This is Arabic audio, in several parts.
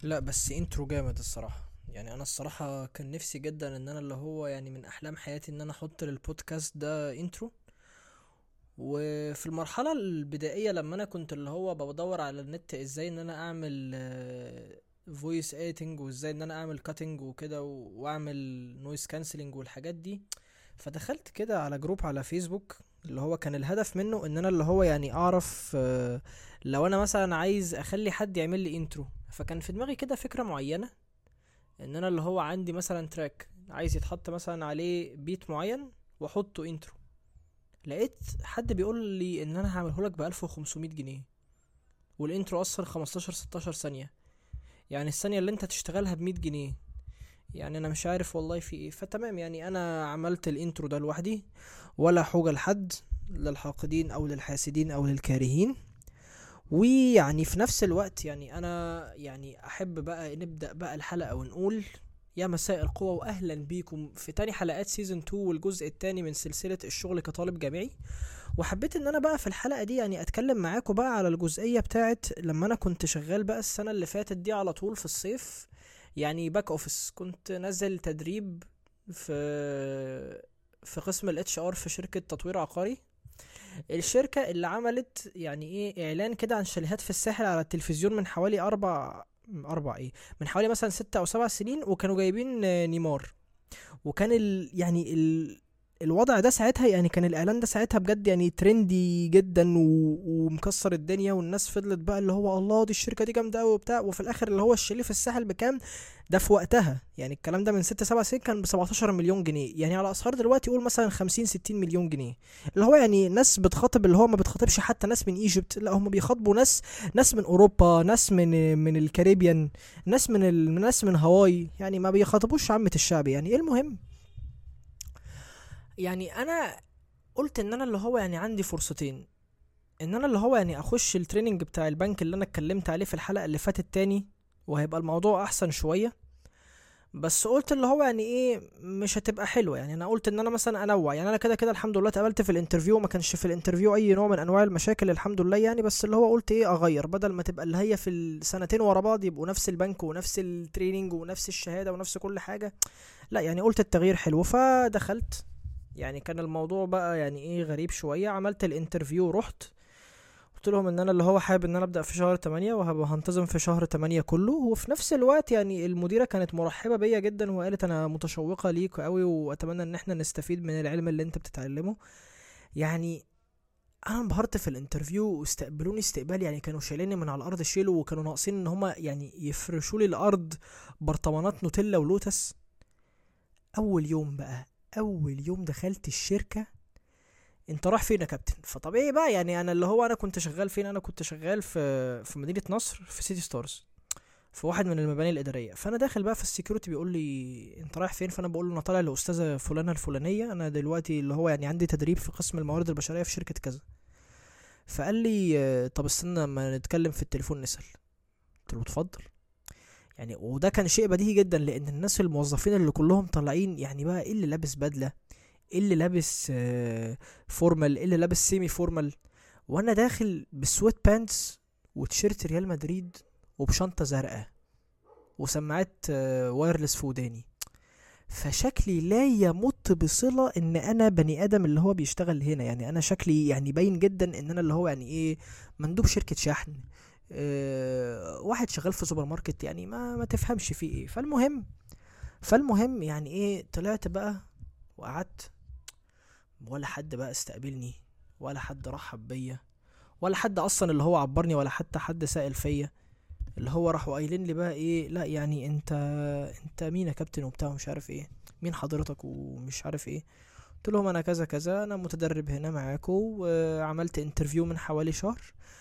لا بس انترو جامد الصراحة. يعني انا الصراحة كان نفسي جدا ان انا اللي هو يعني من احلام حياتي ان انا احط للبودكاست ده انترو. وفي المرحلة البدائية لما انا كنت اللي هو بدور على النت ازاي ان انا اعمل فويس ايتنج، وازاي ان انا اعمل كاتنج وكده واعمل نويز كانسلنج والحاجات دي. فدخلت كده على جروب على فيسبوك، اللي هو كان الهدف منه ان انا اللي هو يعني اعرف لو انا مثلا عايز اخلي حد يعمل لي انترو. فكان في دماغي كده فكرة معينة، ان انا اللي هو عندي مثلا تراك عايز يتحط مثلا عليه بيت معين واحطه انترو. لقيت حد بيقول لي ان انا هعمله لك ب 1500 جنيه، والانترو اصلا 15 16 ثانية. يعني الثانية اللي انت تشتغلها ب100 جنيه. يعني انا مش عارف والله في ايه. فتمام، يعني انا عملت الانترو ده لوحدي، ولا حوجة لحد، للحاقدين او للحاسدين او للكارهين. ويعني في نفس الوقت يعني انا يعني احب بقى نبدأ بقى الحلقة ونقول يا مساء القوة واهلا بيكم في تاني حلقات سيزون 2 والجزء التاني من سلسلة الشغل كطالب جامعي. وحبيت ان انا بقى في الحلقة دي يعني اتكلم معاكم بقى على الجزئية بتاعت لما انا كنت شغال بقى السنة اللي فاتت دي على طول في الصيف. يعني باك اوفيس كنت نازل تدريب في قسم الاتش ار في شركة تطوير عقاري. الشركة اللي عملت يعني ايه اعلان كده عن شاليهات في الساحل على التلفزيون من حوالي اربع ايه، من حوالي مثلا 6 او 7 سنين، وكانوا جايبين نيمار. وكان الوضع ده ساعتها، يعني كان الاعلان ده ساعتها بجد يعني ترندي جدا ومكسر الدنيا، والناس فضلت بقى اللي هو الله دي الشركة دي جامدة قوي وبتاع. وفي الاخر اللي هو الشاليه في الساحل بكام؟ ده في وقتها يعني الكلام ده من 6 7 سنين كان ب 17 مليون جنيه، يعني على اسعار دلوقتي قول مثلا 50 60 مليون جنيه. اللي هو يعني ناس بتخاطب، اللي هو ما بتخاطبش حتى ناس من ايجيبت، لا هم بيخاطبوا ناس من اوروبا، ناس من الكاريبيان، ناس من هاواي، يعني ما بيخاطبوش عامة الشعب. يعني المهم، يعني انا قلت ان انا اللي هو يعني عندي فرصتين، ان انا اللي هو يعني اخش التريننج بتاع البنك اللي انا اتكلمت عليه في الحلقة اللي فاتت تاني، وهيبقى الموضوع احسن شوية. بس قلت اللي هو يعني ايه مش هتبقى حلوه. يعني انا قلت ان انا مثلا انوع، يعني انا كده كده الحمد لله اتقبلت في الانترفيو، ما كانش في الانترفيو اي نوع من انواع المشاكل الحمد لله يعني. بس اللي هو قلت ايه اغير، بدل ما تبقى اللي هي في السنتين ورا بعض يبقوا نفس البنك ونفس التريننج ونفس الشهاده ونفس كل حاجه. لا يعني قلت التغيير حلو، فدخلت. يعني كان الموضوع بقى يعني ايه غريب شويه. عملت الانترفيو، رحت قلت لهم ان انا اللي هو حابب ان انا ابدا في شهر 8 وهنتظم في شهر 8 كله. وفي نفس الوقت يعني المديره كانت مرحبه بيا جدا، وقالت انا متشوقه ليك قوي واتمنى ان احنا نستفيد من العلم اللي انت بتتعلمه. يعني انا انبهرت في الانترفيو، واستقبلوني استقبال يعني كانوا شايليني من على الارض شيلوا، وكانوا ناقصين ان هما يعني يفرشوا لي الارض برطمانات نوتيلا ولوتس. اول يوم بقى، اول يوم دخلت الشركه، انت رايح فين يا كابتن؟ فطبيعي بقى يعني انا اللي هو انا كنت شغال فين، انا كنت شغال في مدينة نصر في سيتي ستارز، في واحد من المباني الاداريه. فانا داخل بقى في السكيورتي، بيقول لي انت رايح فين؟ فانا بقول له انا طالع لاستاذه فلانه الفلانيه، انا دلوقتي اللي هو يعني عندي تدريب في قسم الموارد البشريه في شركه كذا. فقال لي طب استنى ما نتكلم في التليفون نسال. قلت له اتفضل. يعني وده كان شيء بديهي جدا، لان الناس الموظفين اللي كلهم طالعين يعني بقى ايه اللي لابس بدله، ايه اللي لابس فورمال، ايه اللي لابس سيمي فورمال، وانا داخل بسويت بانتس وتيشيرت ريال مدريد وبشنطة زرقاء وسماعات وايرلس في وداني. فشكلي لا يمت بصلة ان انا بني ادم اللي هو بيشتغل هنا. يعني انا شكلي يعني باين جدا ان انا اللي هو يعني ايه مندوب شركة شحن، واحد شغال في سوبر ماركت، يعني ما تفهمش فيه ايه. فالمهم يعني ايه طلعت بقى وقعدت، ولا حد بقى استقبلني، ولا حد رحب بيا، ولا حد اصلا اللي هو عبرني، ولا حتى حد سائل فيا. اللي هو راحوا قايلين لي بقى ايه لا يعني انت مين يا كابتن وبتاع ومش عارف ايه، مين حضرتك ومش عارف ايه. قلت لهم انا كذا كذا، انا متدرب هنا معاكم وعملت انترفيو من حوالي شهر.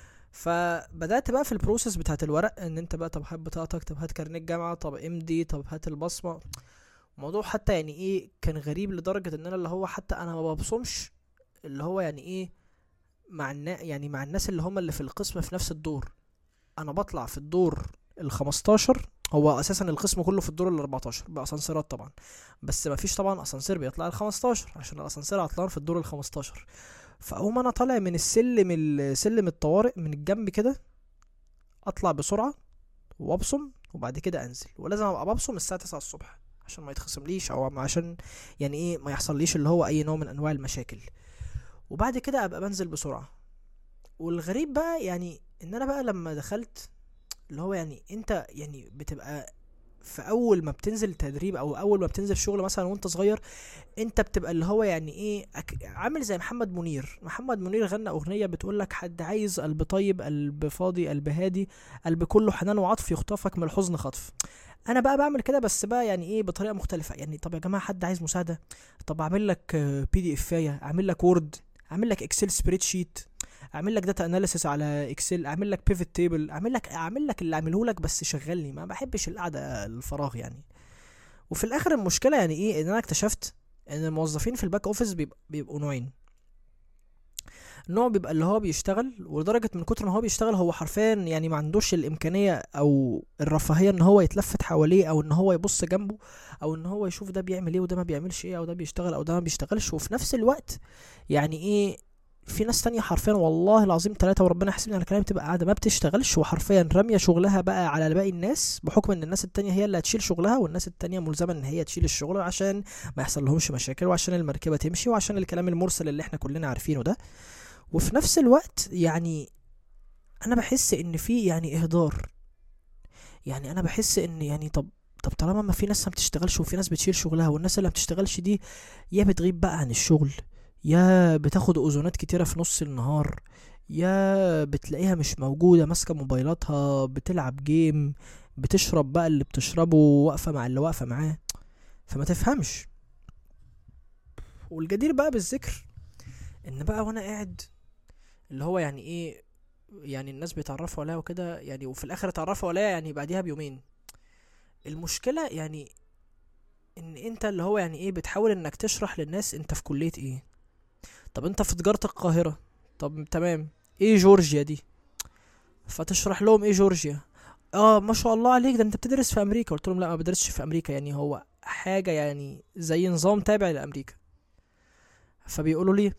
فبدات بقى في البروسيس بتاعت الورق، ان انت بقى طب هات بطاقتك، طب هات كارنيه الجامعه، طب امضي، طب هات البصمه. الموضوع حتى يعني ايه كان غريب لدرجه ان انا اللي هو حتى انا ما ببصمش، اللي هو يعني ايه يعني مع الناس اللي هم اللي في القسم في نفس الدور. انا بطلع في الدور ال15، هو اساسا القسم كله في الدور ال14 باسانسيرات طبعا، بس ما فيش طبعا اسانسير بيطلع ال15 عشان الاسانسير عطلان في الدور ال15. فاقوم انا طالع من السلم الطوارئ من الجنب كده، اطلع بسرعه وابصم وبعد كده انزل، ولازم ابقى ببصم الساعه 9 الصبح عشان ما يتخصمليش، او عشان يعني ايه ما يحصليش اللي هو اي نوع من انواع المشاكل. وبعد كده ابقى بنزل بسرعه. والغريب بقى يعني ان انا بقى لما دخلت اللي هو يعني انت يعني بتبقى في اول ما بتنزل تدريب او اول ما بتنزل شغل مثلا وانت صغير، انت بتبقى اللي هو يعني ايه عامل زي محمد منير غنى اغنيه بتقولك حد عايز قلب طيب، قلب فاضي، قلب هادي، قلب كله حنان وعطف، يخطفك من الحزن خطف. انا بقى بعمل كده بس بقى يعني ايه بطريقه مختلفه. يعني طب يا جماعه حد عايز مساعده، طب اعمل لك PDF، اعمل لك وورد، اعمل لك اكسل سبريد شيت، اعمل لك داتا اناليسيس على اكسل، اعمل لك بيفت تيبل، اعمل لك اللي اعمله لك، بس شغلني، ما بحبش القعده الفراغ يعني. وفي الاخر المشكله يعني ايه ان انا اكتشفت ان الموظفين في الباك اوفيس بيبقوا نوعين. نوع بيبقى اللي هو بيشتغل، ولدرجة من كتر ما هو بيشتغل هو حرفيا يعني ما عندوش الامكانية او الرفاهية ان هو يتلفت حواليه، او ان هو يبص جنبه، او ان هو يشوف ده بيعمل ايه وده ما بيعملش ايه، او ده بيشتغل او ده ما بيشتغلش. وفي نفس الوقت يعني ايه في ناس تانية حرفيا والله العظيم 3 وربنا يحسبني على كلامي تبقى قاعدة ما بتشتغلش، وحرفيا رامية شغلها بقى على باقي الناس، بحكم ان الناس التانية هي اللي هتشيل شغلها، والناس التانية ملزمة ان هي تشيل الشغل عشان ما يحصل لهمش مشاكل، وعشان المركبة تمشي، وعشان الكلام المرسل اللي احنا كلنا عارفينه ده. وفي نفس الوقت يعني انا بحس ان في يعني اهدار. يعني انا بحس ان يعني طب طالما ما في ناس ما بتشتغلش وفي ناس بتشيل شغلها، والناس اللي ما بتشتغلش دي يا بتغيب بقى عن الشغل، يا بتاخد اذونات كتيرة في نص النهار، يا بتلاقيها مش موجودة ماسكة موبايلاتها بتلعب جيم، بتشرب بقى اللي بتشربه، واقفة مع اللي واقفة معاه، فما تفهمش. والجدير بقى بالذكر ان بقى وانا قاعد اللي هو يعني ايه يعني الناس بيتعرفوا عليا وكده يعني، وفي الاخر اتعرفوا عليا يعني بعديها بيومين. المشكلة يعني ان انت اللي هو يعني ايه بتحاول انك تشرح للناس انت في كلية ايه. طب انت في تجارة القاهرة، طب تمام، ايه جورجيا دي؟ فتشرح لهم ايه جورجيا؟ اه ما شاء الله عليك ده انت بتدرس في امريكا. قلت لهم لا ما بدرسش في امريكا، يعني هو حاجة يعني زي نظام تابع لامريكا. فبيقولوا لي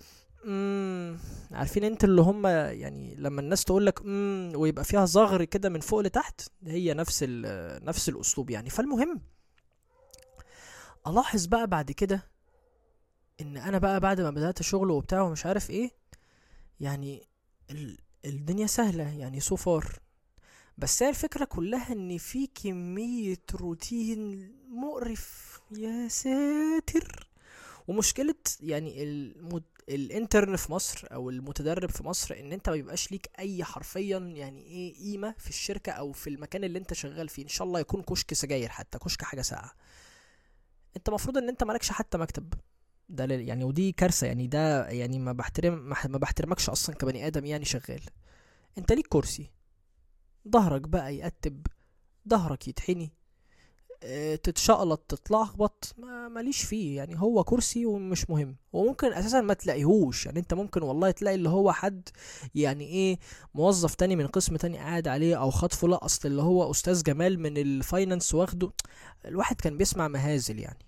عارفين انت اللي هم يعني لما الناس تقول لك ويبقى فيها زغر كده من فوق لتحت، هي نفس الاسلوب يعني. فالمهم الاحظ بقى بعد كده ان انا بقى بعد ما بدأت شغل وبتاع ومش عارف ايه يعني الدنيا سهلة يعني سو فار. بس هي الفكرة كلها ان في كمية روتين مقرف يا ساتر. ومشكلة يعني الانترن في مصر او المتدرب في مصر ان انت ما بيبقاش ليك اي حرفيا يعني ايه قيمة في الشركة او في المكان اللي انت شغال فيه، ان شاء الله يكون كشك سجاير حتى كشك حاجة ساقعة. انت مفروض ان انت مالكش حتى مكتب. ده يعني ودي كارثة يعني. ده يعني ما بحترمكش اصلا كبني ادم يعني شغال. انت ليك كرسي، ظهرك بقى يقتب، ظهرك يتحني، تتشقلط تتلخبط، ماليش فيه يعني. هو كرسي ومش مهم، وممكن اساسا ما تلاقيهوش يعني. انت ممكن والله تلاقي اللي هو حد يعني ايه موظف تاني من قسم تاني قاعد عليه او خطفه، لا اصل اللي هو استاذ جمال من الفاينانس واخده. الواحد كان بيسمع مهازل يعني.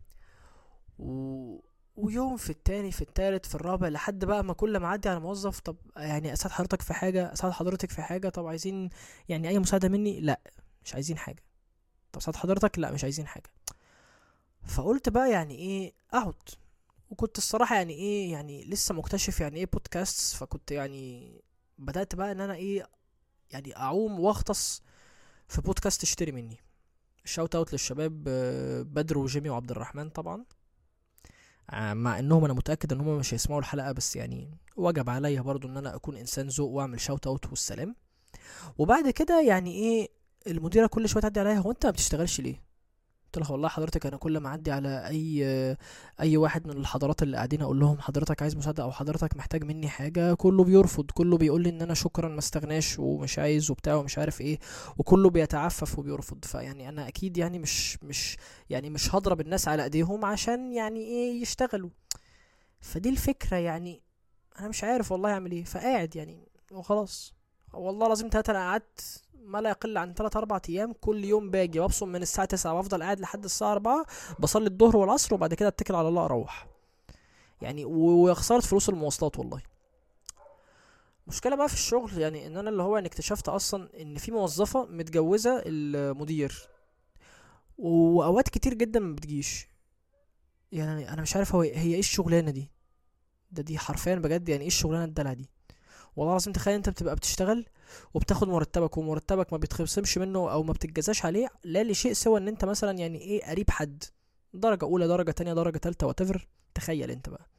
و... ويوم في التاني في التالت في الرابع لحد بقى ما كل ما اعدي على موظف، طب يعني اساعد حضرتك في حاجه، اساعد حضرتك في حاجه، طب عايزين يعني اي مساعده مني؟ لا مش عايزين حاجه. طب ساعد حضرتك؟ لا مش عايزين حاجه. فقلت بقى يعني ايه اقعد. وكنت الصراحه يعني ايه يعني لسه مكتشف يعني ايه بودكاست، فكنت يعني بدات بقى ان انا ايه يعني اعوم واغطس في بودكاست اشتري مني. شاوت اوت للشباب بدر وجيمي وعبد الرحمن طبعا. مع انهم انا متاكد ان هم مش هيسمعوا الحلقه، بس يعني وجب عليا برضو ان انا اكون انسان ذوق واعمل شاوت اوت والسلام. وبعد كده يعني ايه المديره كل شويه تعدي عليا، هو انت ما بتشتغلش ليه؟ قلت لها والله حضرتك انا كل ما اعدي على اي واحد من الحضرات اللي قاعدين اقول لهم حضرتك عايز مساعده او حضرتك محتاج مني حاجه، كله بيرفض، كله بيقول لي ان انا شكرا ما استغناش ومش عايز وبتاع ومش عارف ايه، وكله بيتعفف وبيرفض. فيعني انا اكيد يعني مش يعني مش هضرب الناس على ايديهم عشان يعني ايه يشتغلوا. فدي الفكره يعني. انا مش عارف والله اعمل ايه، فقاعد يعني وخلاص. والله لازم 3 انا قعدت ما لا يقل عن 3 4 ايام كل يوم باجي ببصم من الساعه 9 وافضل قاعد لحد الساعه 4، بصلي الظهر والعصر وبعد كده اتكل على الله اروح يعني. وخسرت فلوس المواصلات والله. مشكلة بقى في الشغل يعني ان انا اللي هو يعني اكتشفت اصلا ان في موظفة متجوزة المدير، واوقات كتير جدا ما بتجيش. يعني انا مش عارف هي ايه الشغلانة دي. دي حرفيا بجد، يعني ايه الشغلانة الدلع دي؟ والله العظيم تخيل انت بتبقى بتشتغل وبتاخد مرتبك، ومرتبك ما بيتخصمش منه او ما بتتجازاش عليه لا لشيء سوى ان انت مثلا يعني ايه قريب حد درجة اولى، درجة تانية، درجة تالتة، واتفر. تخيل انت بقى.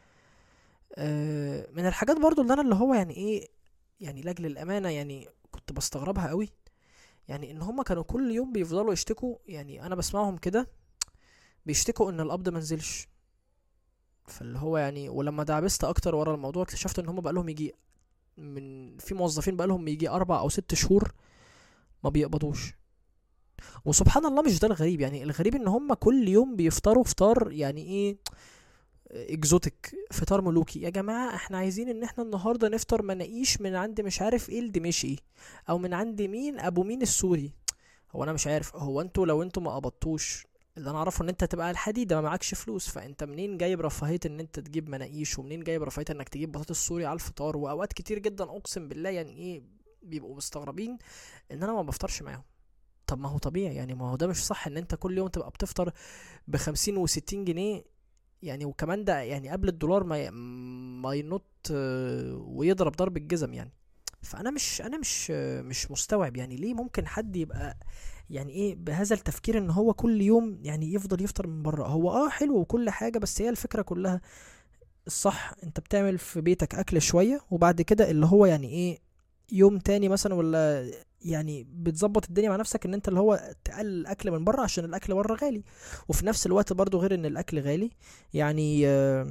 من الحاجات برضو اللي انا اللي هو يعني ايه، يعني لاجل الامانة يعني كنت بستغربها قوي. يعني ان هما كانوا كل يوم بيفضلوا يشتكوا، يعني انا بسمعهم كده بيشتكوا ان القبض منزلش. فاللي هو يعني ولما دعبست اكتر ورا الموضوع اكتشفت ان هما بقالهم يجي، من في موظفين بقالهم يجي 4 أو 6 شهور ما بيقبضوش. وسبحان الله مش ده الغريب، يعني الغريب ان هم كل يوم بيفطروا فطار يعني ايه، اكزوتيك، فطار ملوكي. يا جماعة احنا عايزين ان احنا النهاردة نفطر مناقيش من عند مش عارف ايه الدمشقي، او من عند مين ابو مين السوري. هو انا مش عارف، هو انتوا لو انتوا ما قبضتوش، اللي انا اعرفه ان انت تبقى الحديدة ما معكش فلوس، فانت منين جايب رفاهية ان انت تجيب مناقيش، ومنين جايب رفاهية انك تجيب بطاطس سوري على الفطار؟ واوقات كتير جدا اقسم بالله يعني ايه بيبقوا مستغربين ان انا ما بفطرش معاهم. طب ما هو طبيعي، يعني ما هو ده مش صح ان انت كل يوم تبقى بتفطر ب50 و60 جنيه. يعني وكمان ده يعني قبل الدولار ما ينط ويضرب ضرب الجزم يعني. فانا مش مستوعب يعني ليه ممكن حد يبقى يعني ايه بهذا التفكير ان هو كل يوم يعني يفضل يفطر من بره. هو حلو وكل حاجة، بس هي الفكرة كلها الصح انت بتعمل في بيتك اكل شوية، وبعد كده اللي هو يعني ايه يوم تاني مثلا، ولا يعني بتظبط الدنيا مع نفسك ان انت اللي هو تقلل الاكل من بره عشان الاكل بره غالي. وفي نفس الوقت برضو غير ان الاكل غالي، يعني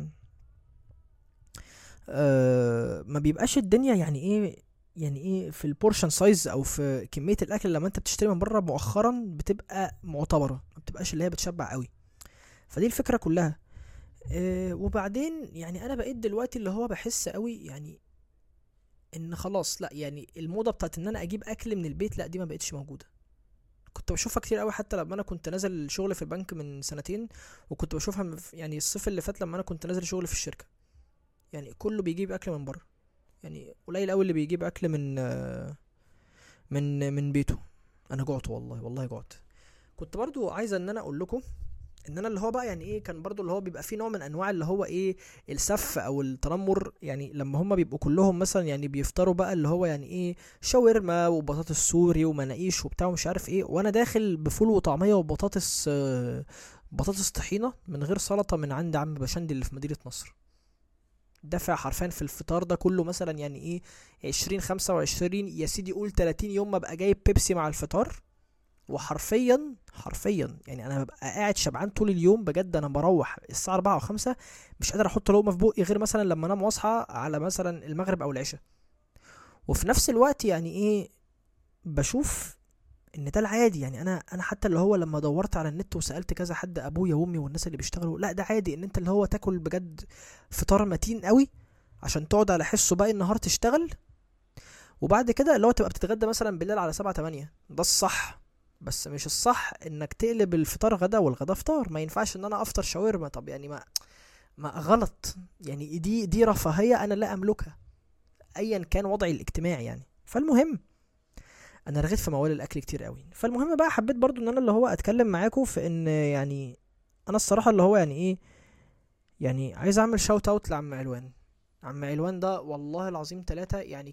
ما بيبقاش الدنيا يعني ايه، يعني ايه في البورشن سايز او في كمية الاكل لما انت بتشتري من بره مؤخرا بتبقى معتبرة، ما بتبقاش اللي هي بتشبع قوي. فدي الفكرة كلها. وبعدين يعني انا بقيت دلوقتي اللي هو بحس قوي يعني ان خلاص لا، يعني الموضة بتاعت ان انا اجيب اكل من البيت لا دي ما بقتش موجودة. كنت بشوفها كتير قوي حتى لما انا كنت نازل شغل في البنك من سنتين، وكنت بشوفها يعني الصيف اللي فات لما انا كنت نازل شغل في الشركة. يعني كله بيجيب اكل من بره، يعني قليل قوي اللي بيجيب اكل من بيته. انا جعت والله، والله جعت. كنت برضو عايزه ان انا اقول لكم ان انا اللي هو بقى يعني ايه كان برضو اللي هو بيبقى فيه نوع من انواع اللي هو ايه السف او التنمر. يعني لما هم بيبقوا كلهم مثلا يعني بيفطروا بقى اللي هو يعني ايه شاورما وبطاطس سوري ومناقيش وبتاع ومش عارف ايه، وانا داخل بفول وطعميه وبطاطس بطاطس طحينه من غير سلطه من عند عم بشندي اللي في مدينه نصر. دافع حرفيا في الفطار ده كله مثلا يعني ايه 20 25 يا سيدي قول 30 يوم ما بقى جايب بيبسي مع الفطار. وحرفيا يعني انا ببقى قاعد شبعان طول اليوم بجد. انا بروح الساعه 4 و5 مش قادر احط لقمه في بقي غير مثلا لما انام واصحى على مثلا المغرب او العشاء. وفي نفس الوقت يعني ايه بشوف ان ده العادي. يعني انا حتى اللي هو لما دورت على النت وسالت كذا حد ابويا وامي والناس اللي بيشتغلوا، لا ده عادي ان انت اللي هو تاكل بجد فطار متين قوي عشان تقعد على حسه باقي النهار تشتغل، وبعد كده اللي هو تبقى بتتغدى مثلا بالليل على 7 8. ده الصح. بس مش الصح انك تقلب الفطار غدا والغدا فطار. ما ينفعش ان انا افطر شاورما. طب يعني ما غلط. يعني دي رفاهية انا لا املكها ايا كان وضعي الاجتماعي يعني. فالمهم انا رغيت في موال الاكل كتير قوي. فالمهم بقى حبيت برضو ان انا اللي هو اتكلم معاكم في ان يعني انا الصراحة اللي هو يعني ايه، يعني عايز اعمل شاوت اوت لعم علوان. عم علوان ده والله العظيم 3 يعني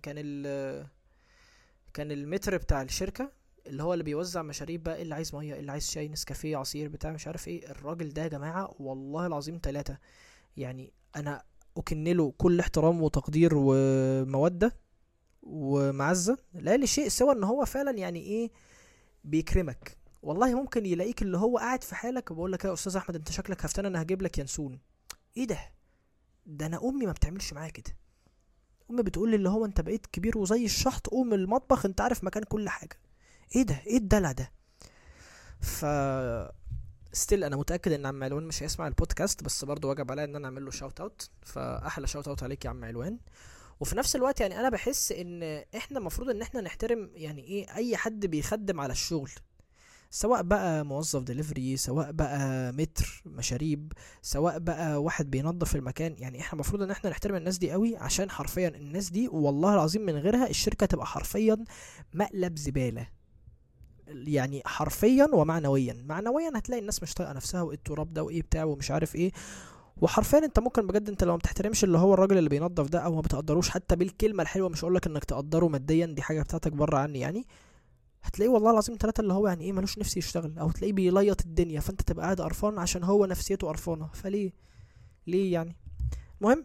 كان المتر بتاع الشركة اللي هو اللي بيوزع مشاريب بقى، اللي عايز ميه، اللي عايز شاي، نسكافيه، عصير، بتاع مش عارف ايه. الراجل ده يا جماعة والله العظيم 3 يعني انا اكنله كل احترام وتقدير ومودة ومعزة لا لشيء سوى ان هو فعلا يعني ايه بيكرمك. والله ممكن يلاقيك اللي هو قاعد في حالك وبقول لك يا استاذ احمد انت شكلك هفتان انا هجيب لك ينسون. ايه ده انا امي ما بتعملش معايا كده. امي بتقول لي اللي هو انت بقيت كبير وزي الشحط قوم المطبخ انت عارف مكان كل حاجه. ايه ده، ايه الدلع ده؟ ف ستيل انا متاكد ان عم علوان مش هيسمع البودكاست، بس برضه واجب عليا ان انا اعمل له شاوت اوت. فاحلى شاوت اوت عليك يا عم علوان. وفي نفس الوقت يعني انا بحس ان احنا المفروض ان احنا نحترم يعني ايه اي حد بيخدم على الشغل. سواء بقى موظف دليفري، سواء بقى متر مشاريب، سواء بقى واحد بينظف المكان. يعني احنا المفروض ان احنا نحترم الناس دي قوي، عشان حرفيا الناس دي والله العظيم من غيرها الشركة تبقى حرفيا مقلب زبالة. يعني حرفيا ومعنويا. معنويا هتلاقي الناس مش طايقه نفسها، وايه التراب ده وايه بتاع ومش عارف ايه. وحرفيا انت ممكن بجد، انت لو ما بتحترمش اللي هو الراجل اللي بينظف ده، او ما بتقدروش حتى بالكلمه الحلوه، مش هقولك انك تقدره ماديا، دي حاجه بتاعتك بره عني يعني، هتلاقيه والله العظيم ثلاثة اللي هو يعني ايه ملوش نفسي يشتغل، او تلاقيه بيليط الدنيا، فانت تبقى قاعد قرفان عشان هو نفسيته قرفانه. فليه؟ ليه يعني؟ المهم،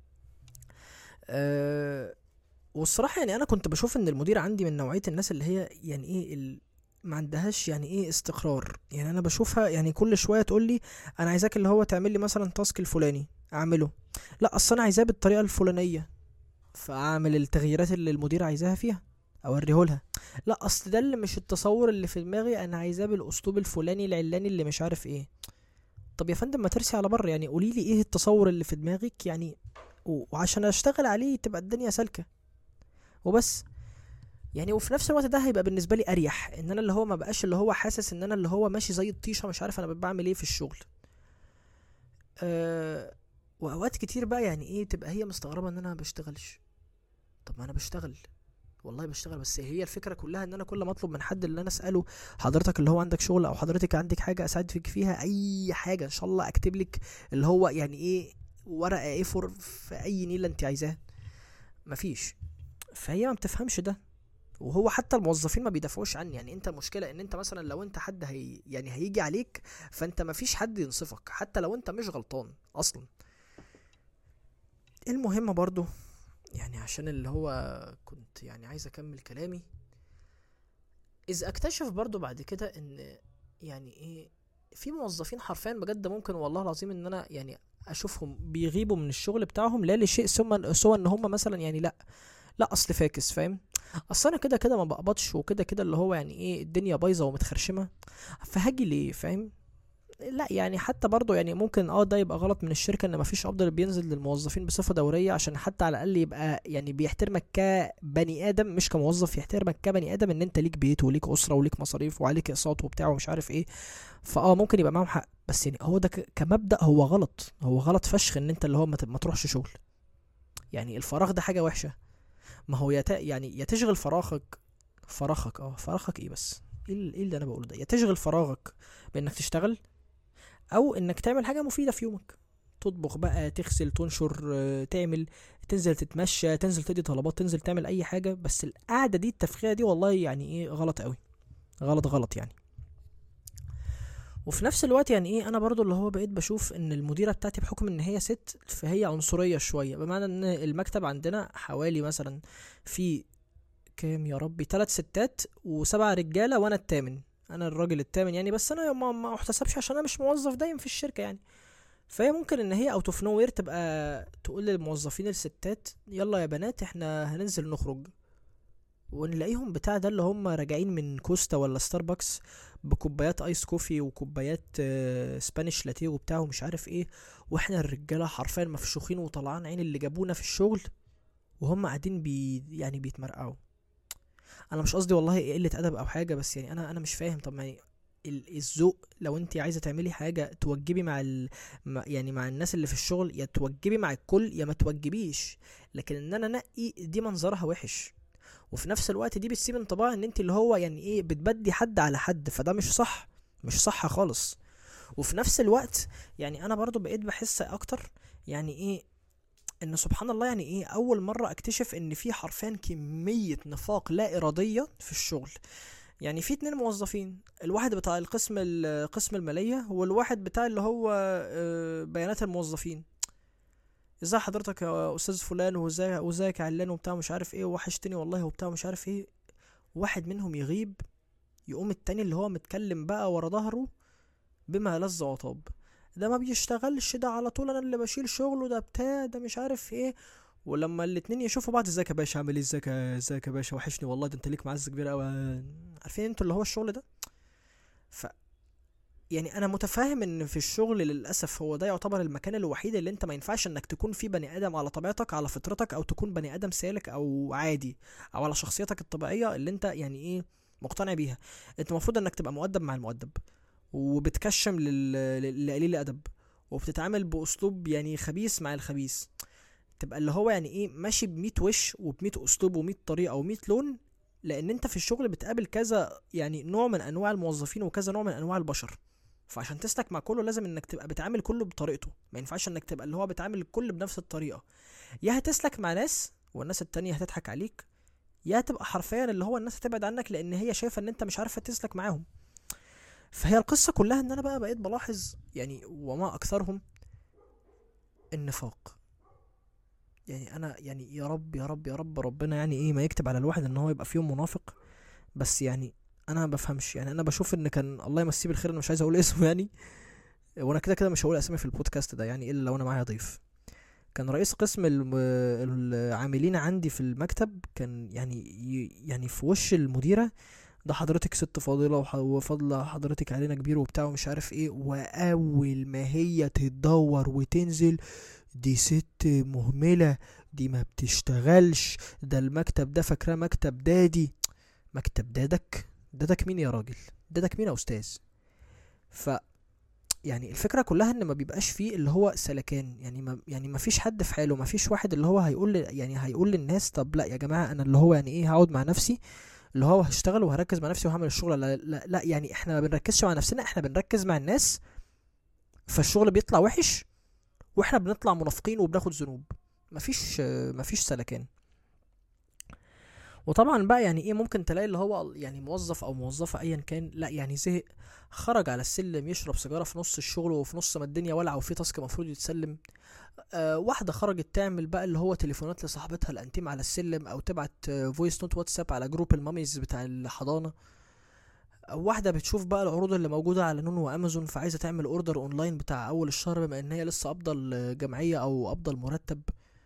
أه والصراحه يعني انا كنت بشوف ان المدير عندي من نوعيه الناس اللي هي يعني ايه ما عندهاش يعني ايه استقرار. يعني انا بشوفها يعني كل شويه تقول لي انا عايزاك اللي هو تعمل لي مثلا تاسك الفلاني اعمله، لا اصل انا عايزاه بالطريقه الفلانيه، فاعمل التغييرات اللي المدير عايزاها فيها اوريه لها. لا اصل ده اللي مش التصور اللي في دماغي، انا عايزاه بالاسلوب الفلاني العلاني اللي مش عارف ايه. طب يا فندم ما ترسي على بر، يعني قولي لي ايه التصور اللي في دماغك يعني، وعشان اشتغل عليه تبقى الدنيا سالكه وبس. يعني وفي نفس الوقت ده هيبقى بالنسبه لي اريح، ان انا اللي هو ما بقاش اللي هو حاسس ان انا اللي هو ماشي زي الطيشه مش عارف انا بعمل ايه في الشغل. أه واوقات كتير بقى يعني ايه تبقى هي مستغربه ان انا ما بشتغلش. طب ما انا بشتغل، والله بشتغل، بس هي الفكره كلها ان انا كل ما اطلب من حد اللي انا اساله حضرتك اللي هو عندك شغل، او حضرتك عندك حاجه اساعدك فيها، اي حاجه ان شاء الله اكتب لك اللي هو يعني ايه ورقه ايه فور في اي نيله انت عايزاها، مفيش. فهي ما بتفهمش ده. وهو حتى الموظفين ما بيدافعوش عني. يعني انت المشكله ان انت مثلا لو انت حد يعني هيجي عليك، فانت ما فيش حد ينصفك حتى لو انت مش غلطان اصلا. المهم برضو، يعني عشان اللي هو كنت يعني عايز اكمل كلامي، اذا اكتشف برضو بعد كده ان يعني ايه في موظفين حرفيا بجد ممكن والله العظيم ان انا يعني اشوفهم بيغيبوا من الشغل بتاعهم لا لشيء سوى ان هم مثلا يعني لا اصل فاكس، فاهم؟ اصل انا كده كده ما بقبضش، وكده كده اللي هو يعني ايه الدنيا بايظه ومتخرشمه، فهاجي ليه؟ فاهم؟ لا يعني حتى برضو يعني ممكن ده يبقى غلط من الشركه ان مفيش افضل بينزل للموظفين بصفه دوريه، عشان حتى على الاقل يبقى يعني بيحترمك كبني ادم مش كموظف، يحترمك كبني ادم ان انت ليك بيت وليك اسره وليك مصاريف وعليك اقساط وبتاع ومش عارف ايه. ممكن يبقى معاهم حق، بس يعني هو ده كمبدأ هو غلط، هو غلط فشخ ان انت اللي هو ما تروحش شغل. يعني الفراغ ده حاجه وحشه. ما هو يعني يا تشغل فراغك ايه بس، ايه اللي انا بقوله ده؟ يا تشغل فراغك بانك تشتغل، او انك تعمل حاجه مفيده في يومك، تطبخ بقى، تغسل، تنشر، تعمل، تنزل تتمشى، تنزل تدي طلبات، تنزل تعمل اي حاجه. بس القعده دي التفخيره دي والله يعني ايه غلط قوي، غلط يعني. وفي نفس الوقت يعني ايه انا برضو اللي هو بقيت بشوف ان المديره بتاعتي بحكم ان هي ست فهي عنصريه شويه، بمعنى ان المكتب عندنا حوالي مثلا في كام يا ربي 3 ستات و7 رجاله وانا التامن، انا الراجل التامن يعني. بس انا ما احتسبش عشان انا مش موظف دايم في الشركه يعني. فهي ممكن ان هي اوت اوف نو وير تبقى تقول للموظفين الستات يلا يا بنات احنا هننزل نخرج، ونلاقيهم بتاع ده اللي هم راجعين من كوستا ولا ستاربكس بكوبايات ايس كوفي وكوبايات سبانيش لاتيه وبتاع ومش عارف ايه، واحنا الرجاله حرفيا مفشوخين وطلعان عين اللي جابونا في الشغل، وهم قاعدين يعني بيتمرقعوا. انا مش قصدي والله قله ادب او حاجه، بس يعني انا مش فاهم. طب ما يعني الذوق لو انت عايزه تعملي حاجه توجبي يعني مع الناس اللي في الشغل، يا توجبي مع الكل يا ما توجبيش. لكن ان انا انقي دي منظرها وحش، وفي نفس الوقت دي بتسيب انطباع ان انت اللي هو يعني ايه بتبدي حد على حد، فده مش صح، مش صح خالص. وفي نفس الوقت يعني انا برضو بقيت بحس اكتر يعني ايه ان سبحان الله يعني ايه اول مرة اكتشف ان في حرفيا كمية نفاق لا ارادية في الشغل. يعني في 2 موظفين، الواحد بتاع قسم المالية، والواحد بتاع اللي هو بيانات الموظفين. ازاي حضرتك يا استاذ فلان، وازيك يا علان وبتاع مش عارف ايه، وحشتني والله وبتاع مش عارف ايه. واحد منهم يغيب، يقوم التاني اللي هو متكلم بقى ورا ظهره بما لذ وطاب، ده ما بيشتغلش، ده على طول انا اللي بشيل شغله، ده بتاع ده مش عارف ايه. ولما الاتنين يشوفوا بعض، ازيك يا باشا عامل ايه، ازيك يا باشا وحشني والله، ده انت ليك معزه كبيره قوي. عارفين انتوا اللي هو الشغل ده. ف يعني انا متفاهم ان في الشغل للاسف هو ده يعتبر المكان الوحيد اللي انت ما ينفعش انك تكون فيه بني ادم على طبيعتك على فطرتك، او تكون بني ادم سالك او عادي، او على شخصيتك الطبيعيه اللي انت يعني ايه مقتنع بيها. انت المفروض انك تبقى مؤدب مع المؤدب، وبتكشم لقليل الادب، وبتتعامل باسلوب يعني خبيث مع الخبيث. تبقى اللي هو يعني ايه ماشي ب100 وش وب100 اسلوب و100 طريقه و100 لون، لان انت في الشغل بتقابل كذا يعني نوع من انواع الموظفين وكذا نوع من انواع البشر. فعشان تسلك مع كله لازم انك تبقى بتعامل كله بطريقته، ما ينفعش انك تبقى اللي هو بتعامل الكل بنفس الطريقه. يا هتسلك مع ناس والناس التانية هتضحك عليك، يا هتبقى حرفيا اللي هو الناس هتبعد عنك لان هي شايفه ان انت مش عارفه تسلك معاهم. فهي القصه كلها ان انا بقى بقيت بلاحظ يعني وما اكثرهم النفاق. يعني انا يعني يا رب يا رب يا رب ربنا يعني ايه ما يكتب على الواحد ان هو يبقى فيهم منافق. بس يعني انا ما بفهمش، يعني انا بشوف ان كان الله يمسيه بالخير، انا مش عايز اقول اسمه يعني، وانا كده كده مش هقول اسامي في البودكاست ده يعني الا لو انا معايا ضيف. كان رئيس قسم العاملين عندي في المكتب، كان يعني في وش المديرة: ده حضرتك ست فاضلة وفضل حضرتك علينا كبير وبتاع ومش عارف ايه. واول ما هي تتدور وتنزل: دي ست مهملة، دي ما بتشتغلش، ده المكتب ده فاكراه مكتب دادي. مكتب دادك؟ دادك مين يا راجل؟ دادك مين يا استاذ؟ ف يعني الفكرة كلها ان ما بيبقاش فيه اللي هو سلكان، يعني ما فيش حد في حاله، ما فيش واحد اللي هو هيقول للناس طب لا يا جماعة انا اللي هو يعني ايه هقعد مع نفسي، اللي هو هشتغل وهركز مع نفسي وهعمل الشغل. لا لا لا، يعني احنا ما بنركزش مع نفسنا، احنا بنركز مع الناس، فالشغل بيطلع وحش واحنا بنطلع منافقين وبناخد ذنوب. مفيش سلكان. وطبعا بقى يعني ايه ممكن تلاقي اللي هو يعني موظف او موظفة ايا كان، لا يعني زهق، خرج على السلم يشرب سيجارة في نص الشغل وفي نص ما الدنيا ولعة وفي تاسك مفروض يتسلم. واحدة خرجت تعمل بقى اللي هو تليفونات لصاحبتها الانتيم على السلم، او تبعت فويس نوت واتساب على جروب الماميز بتاع الحضانة. واحدة بتشوف بقى العروض اللي موجودة على نون وامازون، فعايزة تعمل اوردر اونلاين بتاع اول الشهر بما ان هي لسه افضل جمعية او افضل مرتب.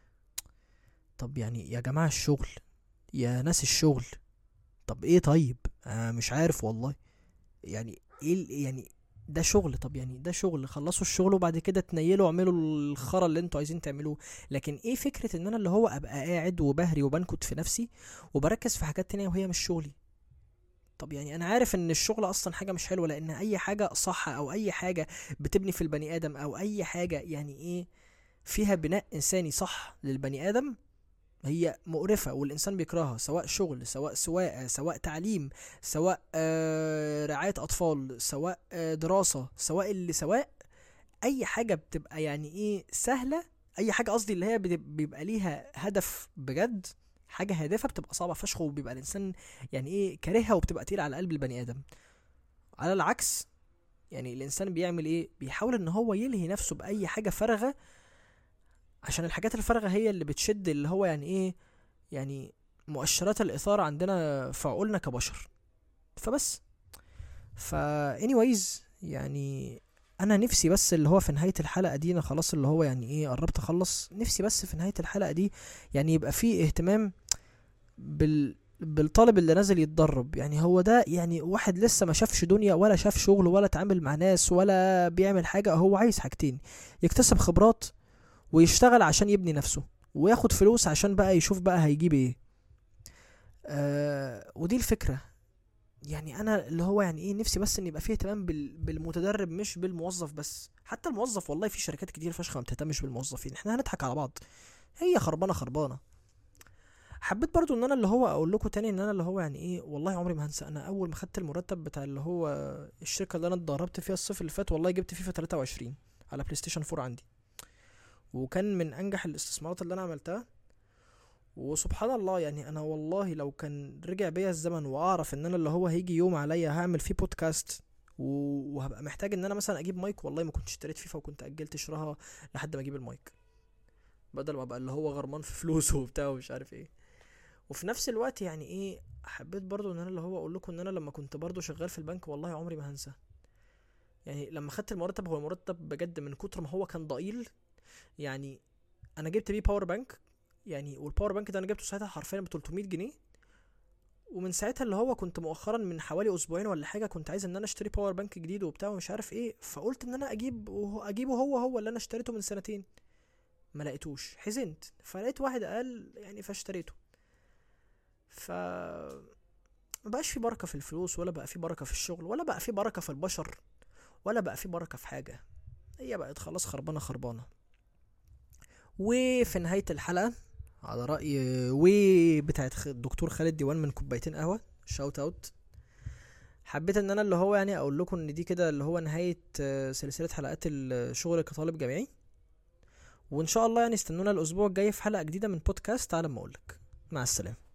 طب يعني يا جماعة الشغل، يا ناس الشغل، طب ايه؟ طيب مش عارف والله. يعني ايه يعني ده شغل؟ طب يعني ده شغل، خلصوا الشغل وبعد كده تنيلوا اعملوا الخرا اللي انتوا عايزين تعملوه. لكن ايه فكرة ان انا اللي هو ابقى قاعد وبهري وبنكت في نفسي وبركز في حاجات تانية وهي مش شغلي؟ طب يعني انا عارف ان الشغل اصلا حاجة مش حلوة، لان اي حاجة صح او اي حاجة بتبني في البني ادم او اي حاجة يعني ايه فيها بناء انساني صح للبني ادم هي مقرفة والإنسان بيكرهها، سواء شغل، سواء سواقة، سواء تعليم، سواء رعاية أطفال، سواء دراسة، سواء أي حاجة بتبقى يعني إيه سهلة. أي حاجة قصدي اللي هي بيبقى ليها هدف بجد، حاجة هادفة بتبقى صعبة فشخ وبيبقى الإنسان يعني إيه كارهها وبتبقى تقيلة على قلب البني آدم. على العكس يعني الإنسان بيعمل إيه؟ بيحاول إن هو يلهي نفسه بأي حاجة فارغة، عشان الحاجات الفارغة هي اللي بتشد اللي هو يعني ايه يعني مؤشرات الإثارة عندنا في عقولنا كبشر. فبس anyways يعني انا نفسي بس اللي هو في نهاية الحلقة دي، انا خلاص اللي هو يعني ايه قربت اخلص، نفسي بس في نهاية الحلقة دي يعني يبقى فيه اهتمام بالطالب اللي نازل يتدرب. يعني هو ده يعني واحد لسه ما شافش دنيا ولا شاف شغل ولا تعامل مع ناس ولا بيعمل حاجة، هو عايز حاجتين: يكتسب خبرات ويشتغل عشان يبني نفسه وياخد فلوس عشان بقى يشوف بقى هيجيب ايه. ودي الفكرة. يعني انا اللي هو يعني ايه نفسي بس ان يبقى فيه اهتمام بالمتدرب مش بالموظف بس. حتى الموظف والله في شركات كتير فشخ ما بتهتمش بالموظفين، احنا هنضحك على بعض، هي خربانة خربانة. حبيت برضو ان انا اللي هو اقول لكم تاني ان انا اللي هو يعني ايه والله عمري ما هنسى، انا اول ما خدت المرتب بتاع اللي هو الشركة اللي انا اتدربت فيها الصيف اللي فات، والله جبت فيفا 23 على بلاي ستيشن 4 عندي، وكان من انجح الاستثمارات اللي انا عملتها. وسبحان الله يعني انا والله لو كان رجع بيا الزمن واعرف ان انا اللي هو هيجي يوم عليا هعمل فيه بودكاست وهبقى محتاج ان انا مثلا اجيب مايك، والله ما كنت اشتريت فيفا وكنت اجلت شراها لحد ما اجيب المايك، بدل ما ابقى اللي هو غرمان في فلوسه وبتاع ومش عارف ايه. وفي نفس الوقت يعني ايه حبيت برضو ان انا اللي هو اقول لكم ان انا لما كنت برضو شغال في البنك والله عمري ما هنسى. يعني لما خدت المرتب، هو المرتب بجد من كتر ما هو كان ضئيل، يعني انا جبت بيه باور بانك، يعني والباور بانك ده انا جبته ساعتها حرفيا ب 300 جنيه. ومن ساعتها اللي هو كنت مؤخرا من حوالي اسبوعين ولا حاجه كنت عايز ان انا اشتري باور بانك جديد وبتاع ومش عارف ايه، فقلت ان انا اجيبه هو اللي انا اشتريته من سنتين. ما لقيتوش، حزنت، فلقيت واحد قال يعني فاشتريته. ف مبقاش في بركة في الفلوس، ولا بقى في بركة في الشغل، ولا بقى في بركة في البشر، ولا بقى في بركة في حاجة. هي بقت خلاص خربانة خربانة. وفي نهاية الحلقة، على رأي بتاعت الدكتور خالد ديوان من كوبايتين قهوة، شاوت اوت، حبيت ان انا اللي هو يعني اقول لكم ان دي كده اللي هو نهاية سلسلة حلقات الشغل كطالب جامعي. وان شاء الله يعني استنونا الاسبوع الجاي في حلقة جديدة من بودكاست على ما اقولك. مع السلامة.